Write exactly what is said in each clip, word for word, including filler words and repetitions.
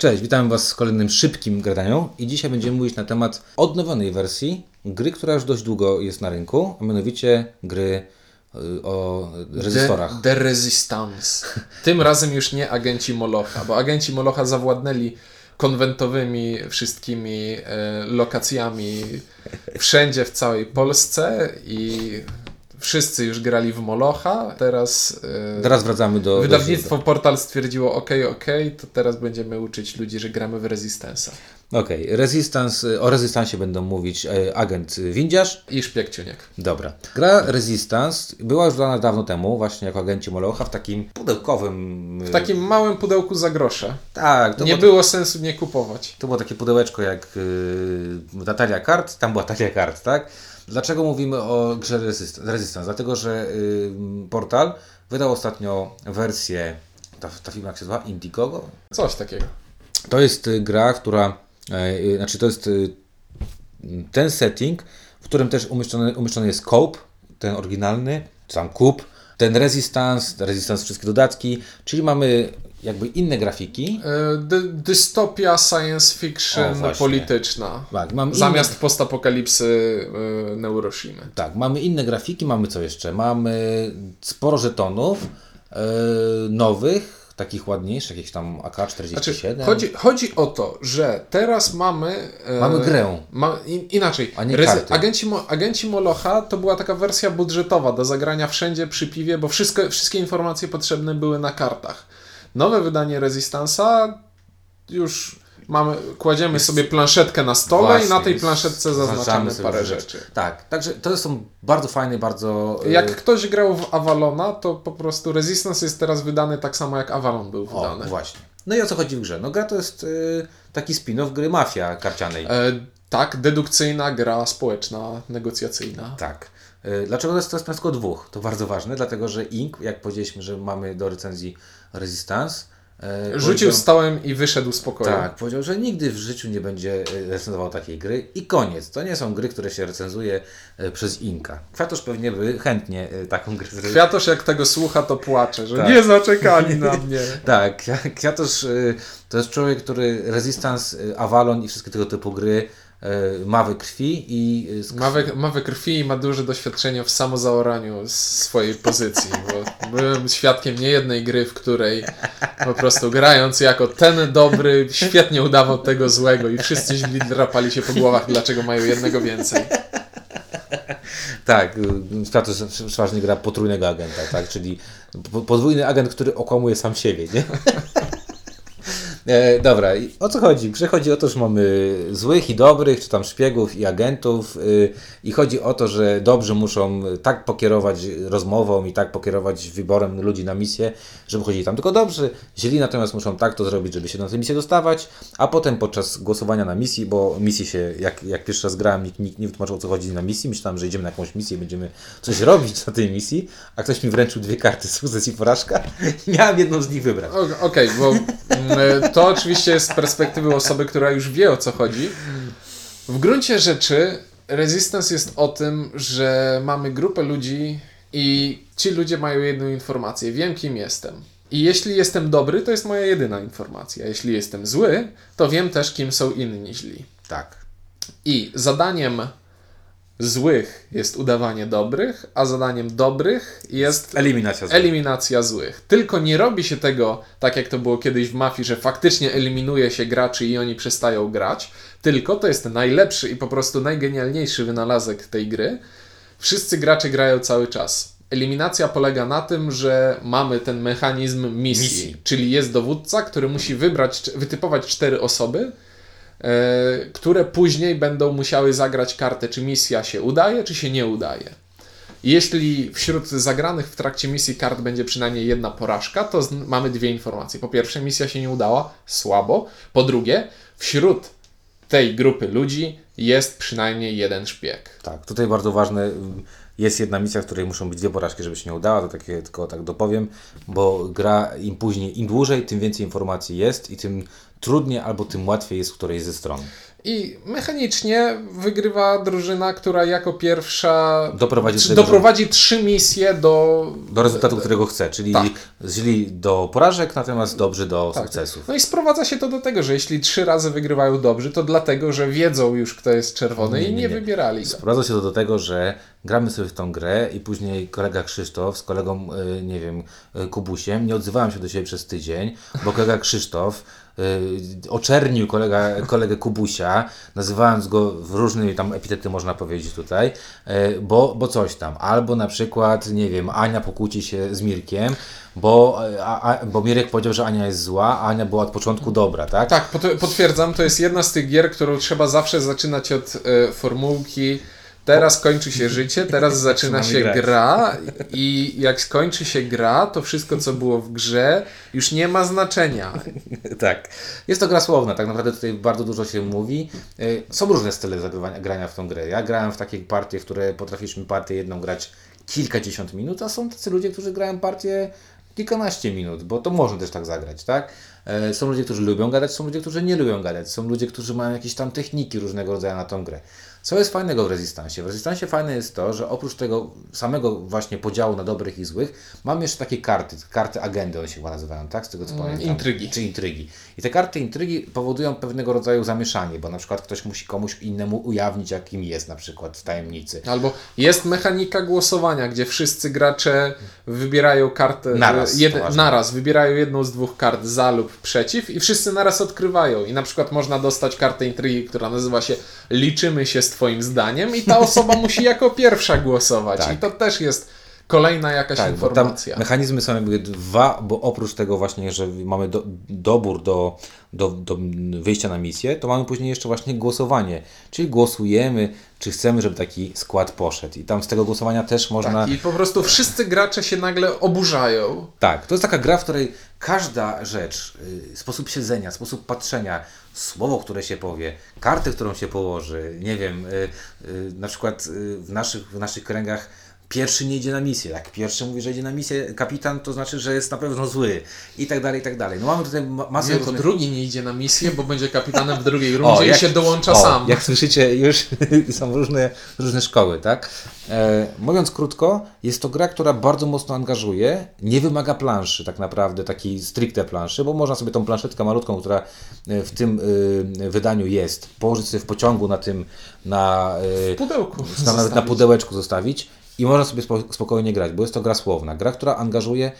Cześć, witam Was w kolejnym szybkim gadaniu i dzisiaj będziemy mówić na temat odnowionej wersji gry, która już dość długo jest na rynku, a mianowicie gry o rezystorach. The, The Resistance. Tym razem już nie agenci Molocha, bo agenci Molocha zawładnęli konwentowymi wszystkimi e, lokacjami wszędzie w całej Polsce i wszyscy już grali w Molocha. Teraz, e, teraz wracamy do... Wydawnictwo do... Portal stwierdziło ok, ok, to teraz będziemy uczyć ludzi, że gramy w Resistance'a. Okej, okay. Resistance, o Resistance'ie będą mówić e, agent Windziarz i Szpieg Ciuniek. Dobra. Gra Resistance była już dana dawno temu, właśnie jako agenci Molocha, w takim pudełkowym... W takim małym pudełku za grosze. Tak. To nie było, było sensu nie kupować. To było takie pudełeczko jak yy, talia kart, tam była talia kart, tak? Dlaczego mówimy o grze Resistance? Dlatego, że yy, Portal wydał ostatnio wersję, ta, ta firma jak się nazywa? Indiegogo? Coś takiego. To jest gra, która, yy, znaczy to jest yy, ten setting, w którym też umieszczony, umieszczony jest Coop, ten oryginalny, sam Coop, ten Resistance, Resistance wszystkie dodatki, czyli mamy jakby inne grafiki. Dy, dystopia science fiction o, polityczna. Tak, mam Zamiast inne... postapokalipsy yy, Neuroshimy. Tak, mamy inne grafiki, mamy co jeszcze? Mamy sporo żetonów yy, nowych, takich ładniejszych, jakieś tam A K czterdzieści siedem. Znaczy, chodzi, chodzi o to, że teraz mamy... Yy, mamy grę. Ma, in, inaczej. A nie Rezi- karty. Agenci, Agenci Molocha to była taka wersja budżetowa do zagrania wszędzie przy piwie, bo wszystko, wszystkie informacje potrzebne były na kartach. Nowe wydanie Resistance'a już mamy, kładziemy jest, sobie planszetkę na stole właśnie, i na tej planszetce zaznaczamy parę rzeczy. rzeczy. Tak, także to są bardzo fajne, bardzo... Jak yy... ktoś grał w Avalona, to po prostu Resistance jest teraz wydany tak samo jak Avalon był wydany. O, właśnie. No i o co chodzi w grze? No gra to jest yy, taki spin-off gry Mafia karcianej. E, tak, dedukcyjna gra społeczna, negocjacyjna. Tak. Yy, dlaczego to jest, to jest na tylko dwóch? To bardzo ważne, dlatego że Ink, jak powiedzieliśmy, że mamy do recenzji Resistance. E, Rzucił powiedział, stołem i wyszedł z pokoju. Tak, powiedział, że nigdy w życiu nie będzie recenzował takiej gry i koniec. To nie są gry, które się recenzuje przez Inka. Kwiatosz pewnie by chętnie taką grę zrecenzował. Kwiatosz jak tego słucha, to płacze, że tak. Nie zaczekali na mnie. Tak, Kwiatosz to jest człowiek, który Resistance, Avalon i wszystkie tego typu gry ma we krwi i... Krwi. Ma, we, ma we krwi i ma duże doświadczenie w samozaoraniu swojej pozycji, bo byłem świadkiem niejednej gry, w której po prostu grając jako ten dobry, świetnie udawał tego złego i wszyscy źli drapali się po głowach, dlaczego mają jednego więcej. Tak, Kwiatosz przeważnie gra potrójnego agenta, tak, czyli podwójny agent, który okłamuje sam siebie, nie? E, dobra, i o co chodzi? W grze chodzi o to, że mamy złych i dobrych, czy tam szpiegów i agentów y, i chodzi o to, że dobrzy muszą tak pokierować rozmową i tak pokierować wyborem ludzi na misję, żeby chodzili tam tylko dobrzy, źli natomiast muszą tak to zrobić, żeby się na tę misję dostawać, a potem podczas głosowania na misji, bo misji się, jak, jak pierwszy raz grałem, nikt, nikt nie wytłumaczył, o co chodzi na misji, myślałem, że idziemy na jakąś misję i będziemy coś robić na tej misji, a ktoś mi wręczył dwie karty, sukces i porażka i miałem jedną z nich wybrać. Okej, okay, bo to oczywiście jest z perspektywy osoby, która już wie, o co chodzi. W gruncie rzeczy Resistance jest o tym, że mamy grupę ludzi i ci ludzie mają jedną informację. Wiem, kim jestem. I jeśli jestem dobry, to jest moja jedyna informacja. Jeśli jestem zły, to wiem też, kim są inni źli. Tak. I zadaniem złych jest udawanie dobrych, a zadaniem dobrych jest eliminacja złych. eliminacja złych. Tylko nie robi się tego tak, jak to było kiedyś w Mafii, że faktycznie eliminuje się graczy i oni przestają grać, tylko to jest najlepszy i po prostu najgenialniejszy wynalazek tej gry. Wszyscy gracze grają cały czas. Eliminacja polega na tym, że mamy ten mechanizm misji, misji. Czyli jest dowódca, który musi wybrać, wytypować cztery osoby, które później będą musiały zagrać kartę, czy misja się udaje, czy się nie udaje. Jeśli wśród zagranych w trakcie misji kart będzie przynajmniej jedna porażka, to mamy dwie informacje. Po pierwsze, misja się nie udała, słabo. Po drugie, wśród tej grupy ludzi jest przynajmniej jeden szpieg. Tak, tutaj bardzo ważne, jest jedna misja, w której muszą być dwie porażki, żeby się nie udała, to takie tylko tak dopowiem, bo gra im później, im dłużej, tym więcej informacji jest i tym trudniej albo tym łatwiej jest w którejś ze stron. I mechanicznie wygrywa drużyna, która jako pierwsza Doprowadzi, tr- do tego, doprowadzi trzy misje do... do rezultatu, którego chce, czyli Tak. źli do porażek, natomiast dobrzy do Tak. sukcesów. No i sprowadza się to do tego, że jeśli trzy razy wygrywają dobrzy, to dlatego, że wiedzą już, kto jest czerwony Nie, i nie, nie, nie. wybierali go. Sprowadza się to do tego, że gramy sobie w tą grę i później kolega Krzysztof z kolegą, y, nie wiem, y, Kubusiem, nie odzywałem się do siebie przez tydzień, bo kolega Krzysztof y, oczernił kolega, kolegę Kubusia, nazywając go w różnymi tam epitety, można powiedzieć tutaj, y, bo, bo coś tam. Albo na przykład, nie wiem, Ania pokłóci się z Mirkiem, bo, a, a, bo Mirek powiedział, że Ania jest zła, a Ania była od początku dobra, tak? Tak, pot- potwierdzam, to jest jedna z tych gier, którą trzeba zawsze zaczynać od e, formułki. Teraz kończy się życie, teraz zaczyna Zaczynamy się grać. gra i jak skończy się gra, to wszystko, co było w grze, już nie ma znaczenia. Tak. Jest to gra słowna, tak naprawdę tutaj bardzo dużo się mówi. Y, Są różne style zagrywania, grania w tą grę. Ja grałem w takie partie, w które potrafiliśmy partię jedną grać kilkadziesiąt minut, a są tacy ludzie, którzy grają partię kilkanaście minut, bo to można też tak zagrać, tak? E, Są ludzie, którzy lubią gadać, są ludzie, którzy nie lubią gadać, są ludzie, którzy mają jakieś tam techniki różnego rodzaju na tą grę. Co jest fajnego w Resistance? W Resistance fajne jest to, że oprócz tego samego właśnie podziału na dobrych i złych, mamy jeszcze takie karty, karty agendy, one się chyba nazywają, tak? Z tego co Mm, pamiętam. intrygi. Czy intrygi. I te karty intrygi powodują pewnego rodzaju zamieszanie, bo na przykład ktoś musi komuś innemu ujawnić, jakim jest na przykład w tajemnicy. Albo jest mechanika głosowania, gdzie wszyscy gracze wybierają kartę Naraz, jed, to ważne. naraz, wybierają jedną z dwóch kart za lub przeciw i wszyscy naraz odkrywają. I na przykład można dostać kartę intrygi, która nazywa się liczymy się z twoim zdaniem i ta osoba musi jako pierwsza głosować. Tak. I to też jest kolejna jakaś Tak, bo tam informacja. mechanizmy są jakby dwa, bo oprócz tego właśnie, że mamy do, dobór do, do, do wyjścia na misję, to mamy później jeszcze właśnie głosowanie, czyli głosujemy, czy chcemy, żeby taki skład poszedł. I tam z tego głosowania też można... Tak, i po prostu wszyscy gracze się nagle oburzają. Tak, to jest taka gra, w której każda rzecz, y, sposób siedzenia, sposób patrzenia, słowo, które się powie, kartę, którą się położy, nie wiem, y, y, na przykład y, w, naszych, w naszych kręgach pierwszy nie idzie na misję. Jak pierwszy mówi, że idzie na misję kapitan, to znaczy, że jest na pewno zły i tak dalej, i tak dalej. No mamy tutaj ma- masę Nie, to różnych... drugi nie idzie na misję, bo będzie kapitanem w drugiej rundzie jak- i się dołącza o, sam. Jak słyszycie, już są różne, różne szkoły, tak? E, mówiąc krótko, jest to gra, która bardzo mocno angażuje, nie wymaga planszy tak naprawdę, takiej stricte planszy, bo można sobie tą planszetkę malutką, która w tym y, wydaniu jest, położyć sobie w pociągu na tym, na, y, W pudełku. na, nawet na zostawić. pudełeczku zostawić i można sobie spo, spokojnie grać, bo jest to gra słowna, gra, która angażuje...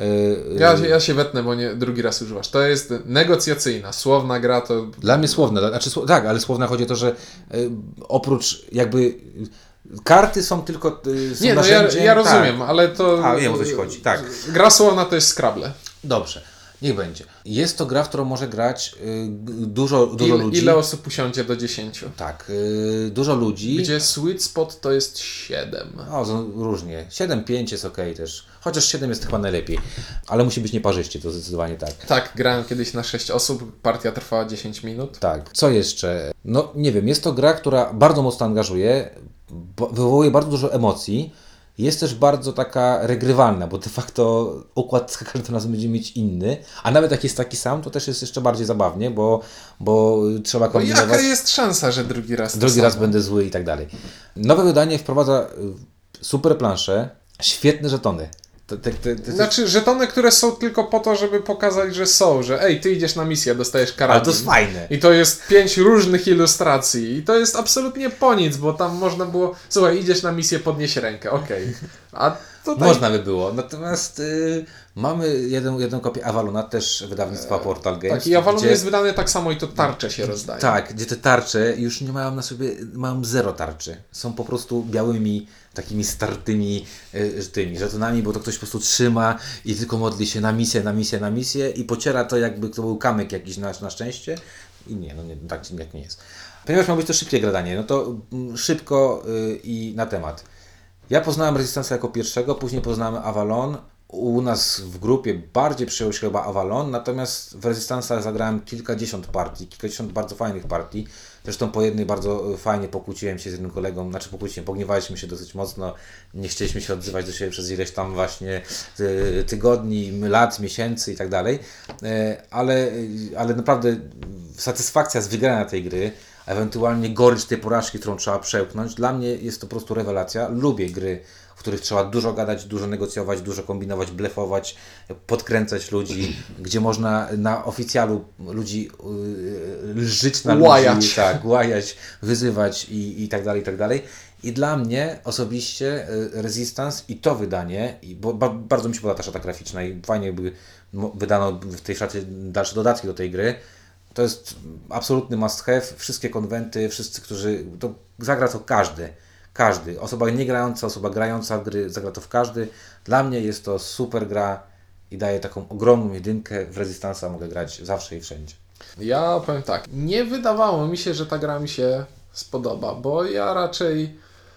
y, Ja, się- ja się wetnę, bo nie drugi raz używasz. To jest negocjacyjna, słowna gra to... Dla mnie słowne, znaczy, sło- tak, ale słowne chodzi o to, że y, oprócz jakby y, karty są tylko y, są Nie, no ja, narzędziem, ja rozumiem, tak. ale to... A, wiem, o co ci chodzi, tak. Gra słowna to jest Scrabble. Dobrze, niech będzie. Jest to gra, w którą może grać y, dużo, dużo Ile, ludzi. ile osób usiądzie do dziesięciu? Tak, y, dużo ludzi. Gdzie sweet spot to jest siedem. O, są różnie. siedem pięć jest ok też. Chociaż siedem jest chyba najlepiej. Ale musi być nieparzyście, to zdecydowanie tak. Tak, grałem kiedyś na sześć osób, partia trwała dziesięć minut. Tak. Co jeszcze? No nie wiem, jest to gra, która bardzo mocno angażuje, bo- wywołuje bardzo dużo emocji. Jest też bardzo taka regrywalna, bo de facto układ każdym razem będzie mieć inny, a nawet jak jest taki sam, to też jest jeszcze bardziej zabawnie, bo, bo trzeba No kombinować. jaka jest szansa, że drugi raz to Drugi raz samo? będę zły i tak dalej. Nowe wydanie wprowadza y, super plansze, świetne żetony. To, to, to, to, Znaczy, żetony, które są tylko po to, żeby pokazać, że są, że ej, ty idziesz na misję, dostajesz karabin. ale to jest fajne. I to jest pięć różnych ilustracji. I to jest absolutnie po nic, bo tam można było... Słuchaj, idziesz na misję, podnieś rękę, okej. A tutaj... Można by było. Natomiast y, mamy jedną, jedną kopię Avalona, też wydawnictwa Portal Games. Tak, i Avalon gdzie- jest wydany tak samo i to tarcze się rozdaje. Tak, gdzie te tarcze już nie mają na sobie, mają zero tarczy. Są po prostu białymi, takimi startymi y, tymi żetonami, bo to ktoś po prostu trzyma i tylko modli się na misję, na misję, na misję i pociera to, jakby to był kamyk jakiś na, na szczęście. I nie, no nie, tak jak nie jest. Ponieważ ma być to szybkie gadanie, no to mm, szybko y, i na temat. Ja poznałem Resistance'a jako pierwszego, później poznałem Avalon, U nas w grupie bardziej przyjął się chyba Avalon, natomiast w Resistance'ach zagrałem kilkadziesiąt partii, kilkadziesiąt bardzo fajnych partii. Zresztą po jednej bardzo fajnie pokłóciłem się z jednym kolegą, znaczy pokłóciłem, pogniewaliśmy się dosyć mocno, nie chcieliśmy się odzywać do siebie przez ileś tam właśnie tygodni, lat, miesięcy i tak dalej, ale, ale naprawdę satysfakcja z wygrania tej gry, a ewentualnie gorycz tej porażki, którą trzeba przełknąć, dla mnie jest to po prostu rewelacja. Lubię gry, w których trzeba dużo gadać, dużo negocjować, dużo kombinować, blefować, podkręcać ludzi, gdzie można na oficjalu ludzi yy, lżyć na łajać. ludzi, tak, łajać, wyzywać i, i tak dalej, i tak dalej. I dla mnie osobiście Resistance i to wydanie, i bo ba, bardzo mi się podoba ta szata graficzna i fajnie by wydano w tej szacie dalsze dodatki do tej gry. To jest absolutny must have. Wszystkie konwenty, wszyscy, którzy... To zagra to każdy. Każdy. Osoba nie grająca, osoba grająca w gry, zagra to w każdy. Dla mnie jest to super gra i daje taką ogromną jedynkę. W Resistance'a mogę grać zawsze i wszędzie. Ja powiem tak, nie wydawało mi się, że ta gra mi się spodoba, bo ja raczej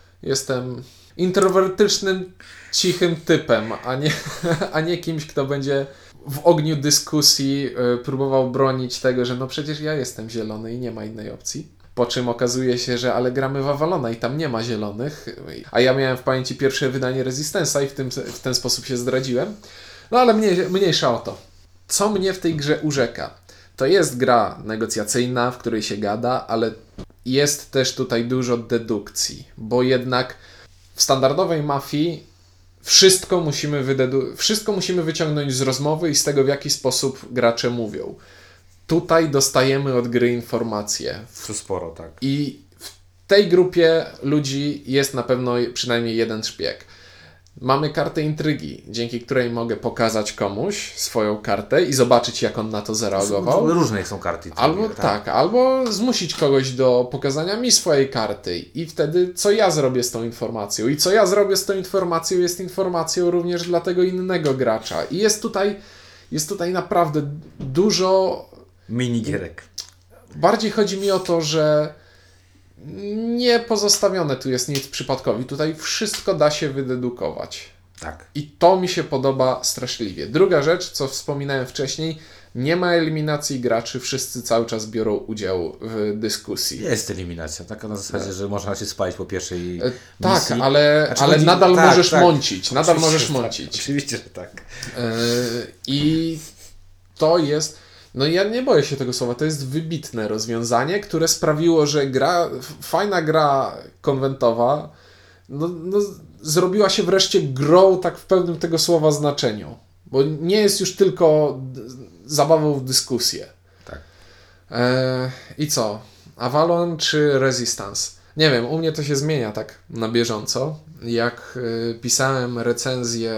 jestem introwertycznym, cichym typem, a nie, a nie kimś, kto będzie w ogniu dyskusji próbował bronić tego, że no przecież ja jestem zielony i nie ma innej opcji. Po czym okazuje się, że ale gramy w Avalona i tam nie ma zielonych, a ja miałem w pamięci pierwsze wydanie Resistance'a i w, tym, w ten sposób się zdradziłem. No ale mniej, mniejsza o to. Co mnie w tej grze urzeka? To jest gra negocjacyjna, w której się gada, ale jest też tutaj dużo dedukcji, bo jednak w standardowej mafii wszystko musimy, wydedu- wszystko musimy wyciągnąć z rozmowy i z tego, w jaki sposób gracze mówią. Tutaj dostajemy od gry informacje. To sporo, tak. I w tej grupie ludzi jest na pewno przynajmniej jeden szpieg. Mamy kartę intrygi, dzięki której mogę pokazać komuś swoją kartę i zobaczyć, jak on na to zareagował. Różne są karty. Albo tak. tak, albo zmusić kogoś do pokazania mi swojej karty i wtedy co ja zrobię z tą informacją. I co ja zrobię z tą informacją jest informacją również dla tego innego gracza. I jest tutaj, jest tutaj naprawdę dużo... minigierek. Bardziej chodzi mi o to, że nie pozostawione tu jest nic przypadkowi. Tutaj wszystko da się wydedukować. Tak. I to mi się podoba straszliwie. Druga rzecz, co wspominałem wcześniej, nie ma eliminacji graczy, wszyscy cały czas biorą udział w dyskusji. Jest eliminacja, taka na zasadzie, tak. że można się spalić po pierwszej e, Tak, misji. ale, znaczy, ale chodzi... nadal tak, możesz tak. mącić. Nadal oczywiście, możesz że mącić. Tak. Oczywiście, że tak. E, I to jest... No ja nie boję się tego słowa, to jest wybitne rozwiązanie, które sprawiło, że gra, fajna gra konwentowa no, no, zrobiła się wreszcie grą tak w pełnym tego słowa znaczeniu. Bo nie jest już tylko d- zabawą w dyskusję. Tak. E, I co? Avalon czy Resistance? Nie wiem, u mnie to się zmienia tak na bieżąco. Jak y, pisałem recenzję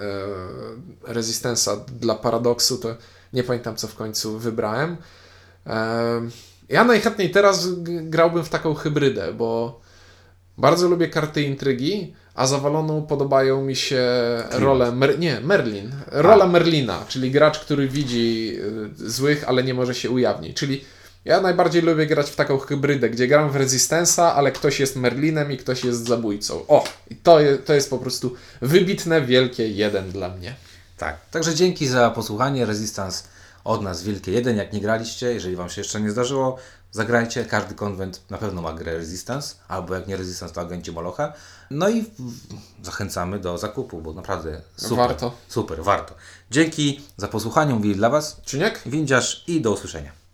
y, Resistance'a dla Paradoksu, to nie pamiętam, co w końcu wybrałem. E, ja najchętniej teraz g- grałbym w taką hybrydę, bo bardzo lubię karty intrygi, a z Avalonu podobają mi się role... Mer- nie, Merlin. Rola a. Merlina, czyli gracz, który widzi y, złych, ale nie może się ujawnić. Czyli ja najbardziej lubię grać w taką hybrydę, gdzie gram w Resistance'a, ale ktoś jest Merlinem i ktoś jest zabójcą. O! I to, je, to jest po prostu wybitne, wielkie jeden dla mnie. Tak. Także dzięki za posłuchanie. Resistance od nas wielkie jeden. Jak nie graliście, jeżeli Wam się jeszcze nie zdarzyło, zagrajcie. Każdy konwent na pewno ma grę Resistance, albo jak nie Resistance, to Agenci Molocha. No i zachęcamy do zakupu, bo naprawdę super. Warto. Super, warto. Dzięki za posłuchanie. Mówili dla Was Czyniak? Windziarz i do usłyszenia.